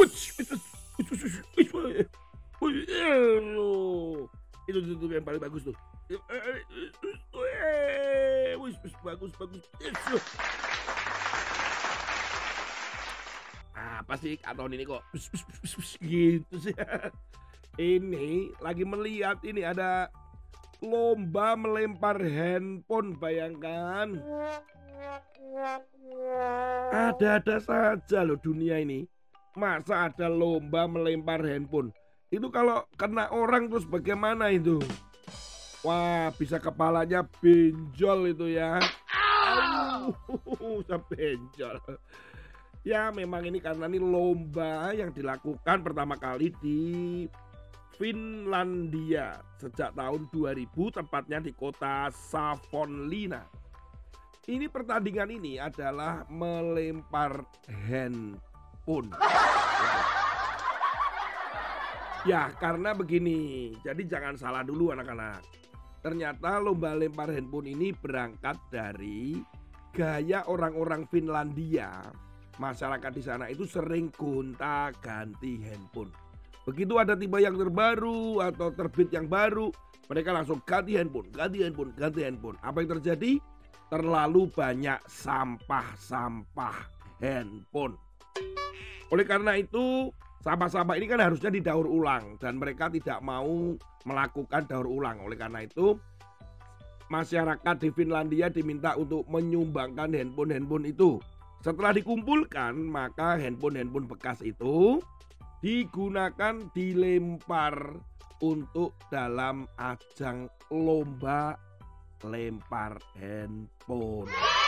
Wuts, wis, wis, wis, wis, wis, wis, wis, wis, itu yang paling bagus tuh. Wis, wis, bagus, bagus. Apa sih Kak Tony ini kok gitu sih? Ini lagi melihat ini ada lomba melempar handphone, bayangkan. Ada-ada saja loh dunia ini. Masa ada lomba melempar handphone? Itu kalau kena orang terus bagaimana itu? Wah, bisa kepalanya benjol itu ya. Benjol. Ya memang ini karena ini lomba yang dilakukan pertama kali di Finlandia sejak tahun 2000, tepatnya di kota Savonlinna. Ini pertandingan ini adalah melempar handphone. Ya karena begini, jadi jangan salah dulu anak-anak. Ternyata lomba lempar handphone ini berangkat dari gaya orang-orang Finlandia. Masyarakat di sana itu sering gonta-ganti handphone. Begitu ada tiba yang terbaru atau terbit yang baru, mereka langsung ganti handphone, ganti handphone, ganti handphone. Apa yang terjadi? Terlalu banyak sampah-sampah handphone. Oleh karena itu, sampah-sampah ini kan harusnya didaur ulang dan mereka tidak mau melakukan daur ulang. Oleh karena itu, masyarakat di Finlandia diminta untuk menyumbangkan handphone-handphone itu. Setelah dikumpulkan, maka handphone-handphone bekas itu digunakan dilempar untuk dalam ajang lomba lempar handphone.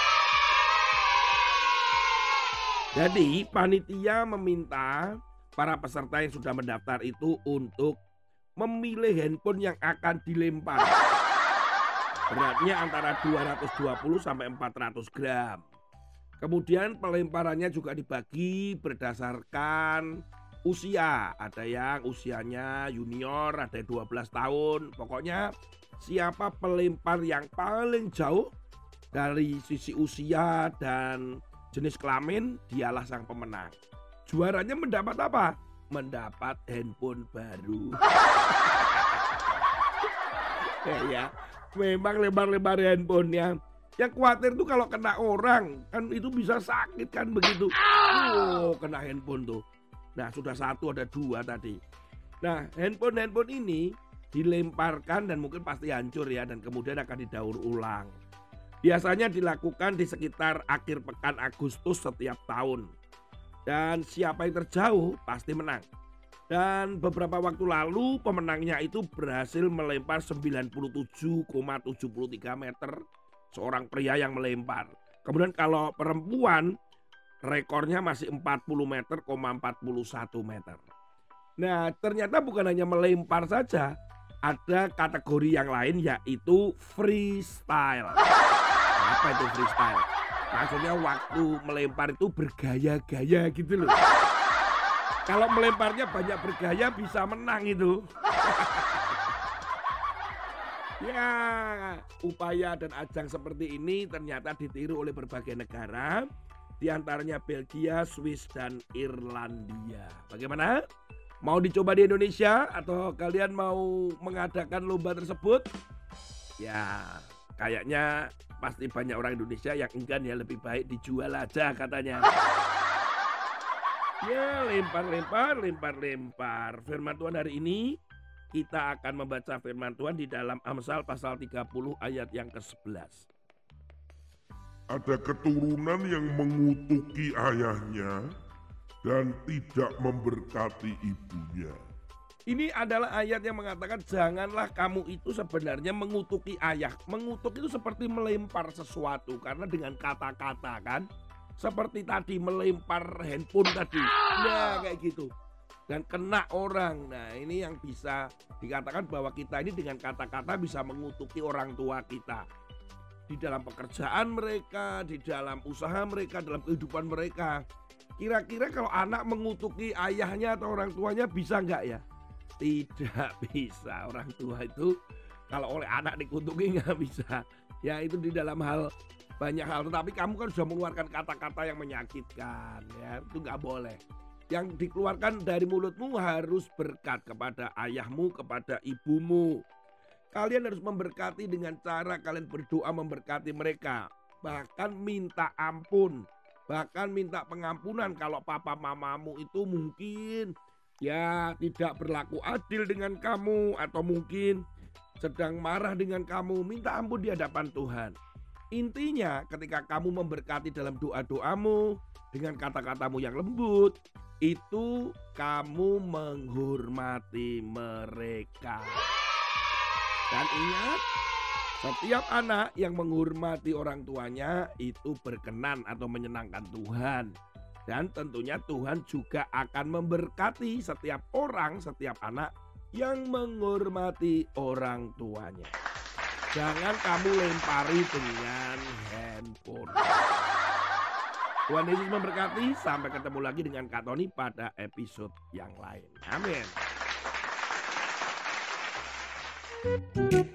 Jadi panitia meminta para peserta yang sudah mendaftar itu untuk memilih handphone yang akan dilempar. Beratnya antara 220 sampai 400 gram. Kemudian pelemparannya juga dibagi berdasarkan usia. Ada yang usianya junior, ada 12 tahun. Pokoknya siapa pelempar yang paling jauh dari sisi usia dan jenis kelamin, dialah sang pemenang. Juaranya mendapat apa? Mendapat handphone baru. Ya, memang lebar-lebar handphonenya. Yang khawatir tuh kalau kena orang, kan itu bisa sakit kan begitu. Oh, kena handphone tuh. Nah, sudah satu, ada dua tadi. Nah, handphone ini dilemparkan dan mungkin pasti hancur ya, dan kemudian akan didaur ulang. Biasanya dilakukan di sekitar akhir pekan Agustus setiap tahun. Dan siapa yang terjauh pasti menang. Dan beberapa waktu lalu pemenangnya itu berhasil melempar 97,73 meter. Seorang pria yang melempar. Kemudian kalau perempuan rekornya masih 40 meter, 41 meter. Nah, ternyata bukan hanya melempar saja, ada kategori yang lain yaitu freestyle. Apa itu freestyle? Maksudnya waktu melempar itu bergaya-gaya gitu loh. Kalau melemparnya banyak bergaya bisa menang itu. Ya, upaya dan ajang seperti ini ternyata ditiru oleh berbagai negara, di antaranya Belgia, Swiss, dan Irlandia. Bagaimana? Mau dicoba di Indonesia atau kalian mau mengadakan lomba tersebut? Ya, kayaknya pasti banyak orang Indonesia yang enggan ya, lebih baik dijual aja katanya. Ya, lempar. Firman Tuhan hari ini, kita akan membaca firman Tuhan di dalam Amsal pasal 30 ayat yang ke-11. Ada keturunan yang mengutuki ayahnya dan tidak memberkati ibunya. Ini adalah ayat yang mengatakan janganlah kamu itu sebenarnya mengutuki ayah. Mengutuk itu seperti melempar sesuatu karena dengan kata-kata kan. Seperti tadi melempar handphone tadi. Nah kayak gitu. Dan kena orang. Nah ini yang bisa dikatakan bahwa kita ini dengan kata-kata bisa mengutuki orang tua kita. Di dalam pekerjaan mereka, di dalam usaha mereka, dalam kehidupan mereka. Kira-kira kalau anak mengutuki ayahnya atau orang tuanya bisa nggak ya? Tidak bisa. Orang tua itu kalau oleh anak dikutuki nggak bisa. Ya itu di dalam banyak hal. Tetapi kamu kan sudah mengeluarkan kata-kata yang menyakitkan. Ya itu nggak boleh. Yang dikeluarkan dari mulutmu harus berkat kepada ayahmu, kepada ibumu. Kalian harus memberkati dengan cara kalian berdoa memberkati mereka. Bahkan minta ampun. Bahkan minta pengampunan kalau papa mamamu itu mungkin ya tidak berlaku adil dengan kamu. Atau mungkin sedang marah dengan kamu. Minta ampun di hadapan Tuhan. Intinya ketika kamu memberkati dalam doa-doamu dengan kata-katamu yang lembut, itu kamu menghormati mereka. Dan ingat, setiap anak yang menghormati orang tuanya itu berkenan atau menyenangkan Tuhan. Dan tentunya Tuhan juga akan memberkati setiap orang, setiap anak yang menghormati orang tuanya. Jangan kamu lempari dengan handphone. Tuhan Yesus memberkati. Sampai ketemu lagi dengan Kak Tony pada episode yang lain. Amin.